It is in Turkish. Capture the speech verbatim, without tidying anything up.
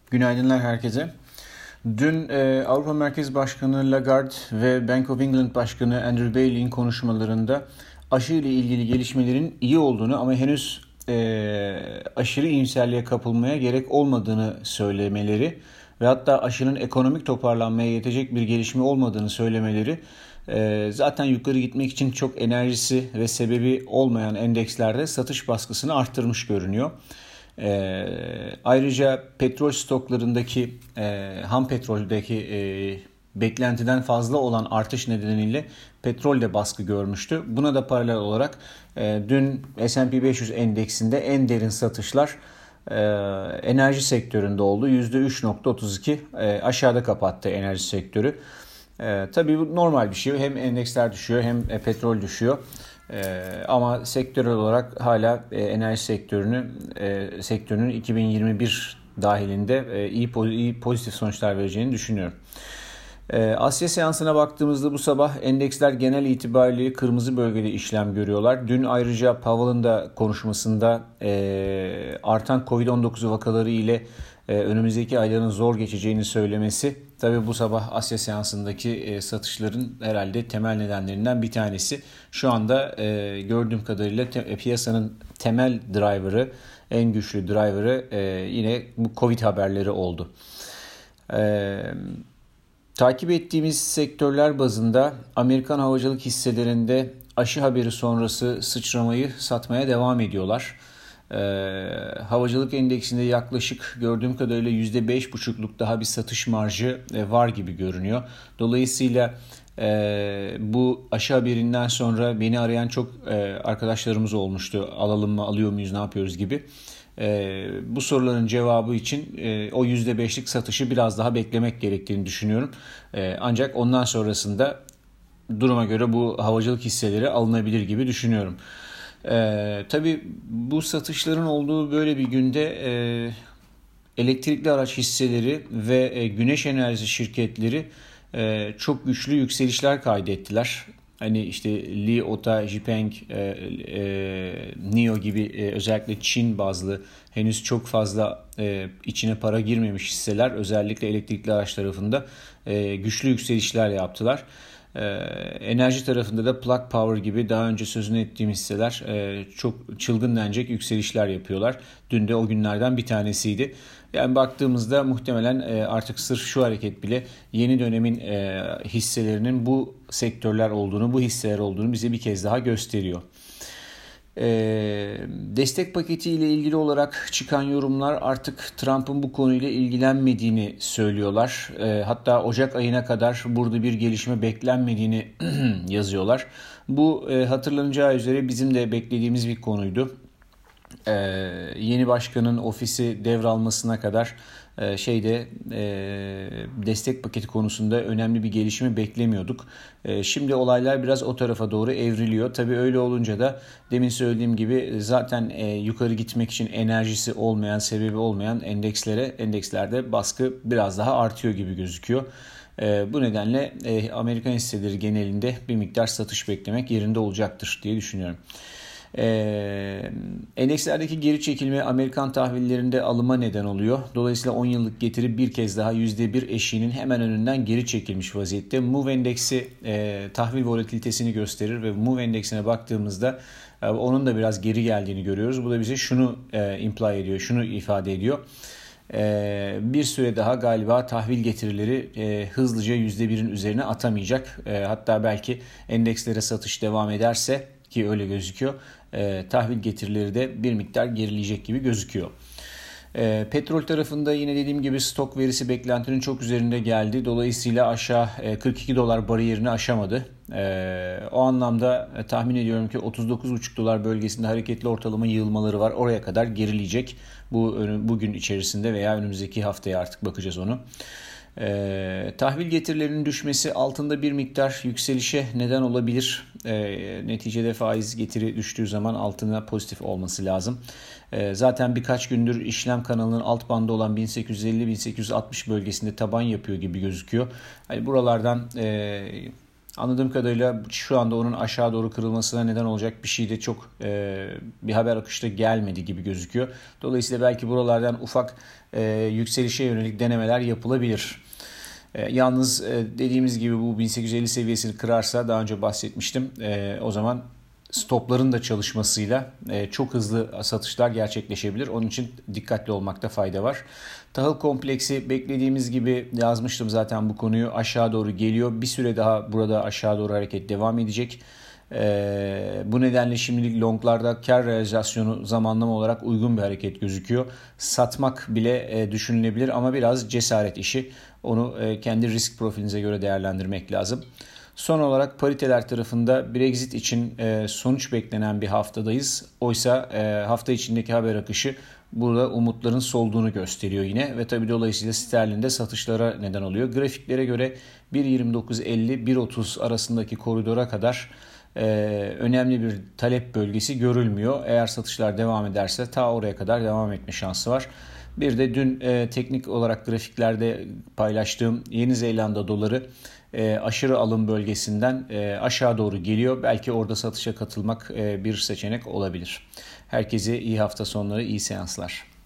Günaydınlar herkese. Dün e, Avrupa Merkez Başkanı Lagarde ve Bank of England Başkanı Andrew Bailey'in konuşmalarında aşı ile ilgili gelişmelerin iyi olduğunu ama henüz e, aşırı iyimserliğe kapılmaya gerek olmadığını söylemeleri ve hatta aşının ekonomik toparlanmaya yetecek bir gelişme olmadığını söylemeleri e, zaten yukarı gitmek için çok enerjisi ve sebebi olmayan endekslerde satış baskısını arttırmış görünüyor. E, ayrıca petrol stoklarındaki e, ham petroldeki e, beklentiden fazla olan artış nedeniyle petrol de baskı görmüştü. Buna da paralel olarak e, dün S and P beş yüz endeksinde en derin satışlar e, enerji sektöründe oldu. yüzde üç virgül otuz iki e, aşağıda kapattı enerji sektörü. E, tabii bu normal bir şey. Hem endeksler düşüyor hem e, petrol düşüyor. Ee, ama sektörel olarak hala e, enerji sektörünü e, sektörünün iki bin yirmi bir dahilinde e, iyi, iyi pozitif sonuçlar vereceğini düşünüyorum. E, Asya seansına baktığımızda bu sabah endeksler genel itibariyle kırmızı bölgede işlem görüyorlar. Dün ayrıca Powell'ın da konuşmasında e, artan kovid on dokuz vakaları ile e, önümüzdeki ayların zor geçeceğini söylemesi tabii bu sabah Asya seansındaki e, satışların herhalde temel nedenlerinden bir tanesi. Şu anda e, gördüğüm kadarıyla te, piyasanın temel driver'ı, en güçlü driver'ı e, yine bu Covid haberleri oldu. E, takip ettiğimiz sektörler bazında Amerikan havacılık hisselerinde aşı haberi sonrası sıçramayı satmaya devam ediyorlar. Ee, havacılık endeksinde yaklaşık gördüğüm kadarıyla yüzde beş buçukluk daha bir satış marjı e, var gibi görünüyor. Dolayısıyla e, bu aşı haberinden sonra beni arayan çok e, arkadaşlarımız olmuştu. Alalım mı, alıyor muyuz, ne yapıyoruz gibi. E, bu soruların cevabı için e, o yüzde beşlik satışı biraz daha beklemek gerektiğini düşünüyorum. E, ancak ondan sonrasında duruma göre bu havacılık hisseleri alınabilir gibi düşünüyorum. Ee, tabii bu satışların olduğu böyle bir günde e, elektrikli araç hisseleri ve e, güneş enerjisi şirketleri e, çok güçlü yükselişler kaydettiler. Hani işte Li Auto, Xpeng, e, e, N I O gibi e, özellikle Çin bazlı henüz çok fazla e, içine para girmemiş hisseler özellikle elektrikli araç tarafında e, güçlü yükselişler yaptılar. Ee, enerji tarafında da Plug Power gibi daha önce sözünü ettiğim hisseler e, çok çılgın denecek yükselişler yapıyorlar. Dün de o günlerden bir tanesiydi. Yani baktığımızda muhtemelen e, artık sırf şu hareket bile yeni dönemin e, hisselerinin bu sektörler olduğunu, bu hisseler olduğunu bize bir kez daha gösteriyor. Ee, destek paketi ile ilgili olarak çıkan yorumlar artık Trump'ın bu konuyla ilgilenmediğini söylüyorlar. Ee, hatta Ocak ayına kadar burada bir gelişme beklenmediğini yazıyorlar. Bu e, hatırlanacağı üzere bizim de beklediğimiz bir konuydu. Ee, yeni başkanın ofisi devralmasına kadar e, şeyde e, destek paketi konusunda önemli bir gelişme beklemiyorduk. E, şimdi olaylar biraz o tarafa doğru evriliyor. Tabii öyle olunca da demin söylediğim gibi zaten e, yukarı gitmek için enerjisi olmayan, sebebi olmayan endekslere endekslerde baskı biraz daha artıyor gibi gözüküyor. E, bu nedenle e, Amerikan hisseleri genelinde bir miktar satış beklemek yerinde olacaktır diye düşünüyorum. Ee, endekslerdeki geri çekilme Amerikan tahvillerinde alıma neden oluyor. Dolayısıyla on yıllık getiri bir kez daha yüzde bir eşiğinin hemen önünden geri çekilmiş vaziyette. Move endeksi e, tahvil volatilitesini gösterir ve Move endeksine baktığımızda e, onun da biraz geri geldiğini görüyoruz. Bu da bize şunu e, imply ediyor, şunu ifade ediyor. E, bir süre daha galiba tahvil getirileri e, hızlıca yüzde birin üzerine atamayacak. E, hatta belki endekslere satış devam ederse ki öyle gözüküyor. E, tahvil getirileri de bir miktar gerileyecek gibi gözüküyor. E, petrol tarafında yine dediğim gibi stok verisi beklentinin çok üzerinde geldi. Dolayısıyla aşağı e, kırk iki dolar bariyerini aşamadı. E, o anlamda e, tahmin ediyorum ki otuz dokuz buçuk dolar bölgesinde hareketli ortalama yığılmaları var. Oraya kadar gerileyecek bu bugün içerisinde veya önümüzdeki haftaya artık bakacağız onu. E, tahvil getirilerinin düşmesi altında bir miktar yükselişe neden olabilir. E, neticede faiz getiri düştüğü zaman altına pozitif olması lazım. E, zaten birkaç gündür işlem kanalının alt bandı olan bin sekiz yüz elli bin sekiz yüz altmış bölgesinde taban yapıyor gibi gözüküyor. Yani buralardan e, Anladığım kadarıyla şu anda onun aşağı doğru kırılmasına neden olacak bir şey de çok e, bir haber akışta gelmedi gibi gözüküyor. Dolayısıyla belki buralardan ufak e, yükselişe yönelik denemeler yapılabilir. E, yalnız e, dediğimiz gibi bu bin sekiz yüz elli seviyesini kırarsa, daha önce bahsetmiştim, e, o zaman stopların da çalışmasıyla e, çok hızlı satışlar gerçekleşebilir. Onun için dikkatli olmakta fayda var. Tahıl kompleksi beklediğimiz gibi, yazmıştım zaten bu konuyu, aşağı doğru geliyor. Bir süre daha burada aşağı doğru hareket devam edecek. Ee, bu nedenle şimdilik longlarda kar realizasyonu zamanlama olarak uygun bir hareket gözüküyor. Satmak bile e, düşünülebilir ama biraz cesaret işi. Onu e, kendi risk profilinize göre değerlendirmek lazım. Son olarak pariteler tarafında Brexit için e, sonuç beklenen bir haftadayız. Oysa e, hafta içindeki haber akışı burada umutların solduğunu gösteriyor yine ve tabii dolayısıyla sterlinde satışlara neden oluyor. Grafiklere göre bir yirmi dokuz elli bir otuz arasındaki koridora kadar e, önemli bir talep bölgesi görülmüyor. Eğer satışlar devam ederse ta oraya kadar devam etme şansı var. Bir de dün e, teknik olarak grafiklerde paylaştığım Yeni Zelanda doları e, aşırı alım bölgesinden e, aşağı doğru geliyor. Belki orada satışa katılmak e, bir seçenek olabilir. Herkese iyi hafta sonları, iyi seanslar.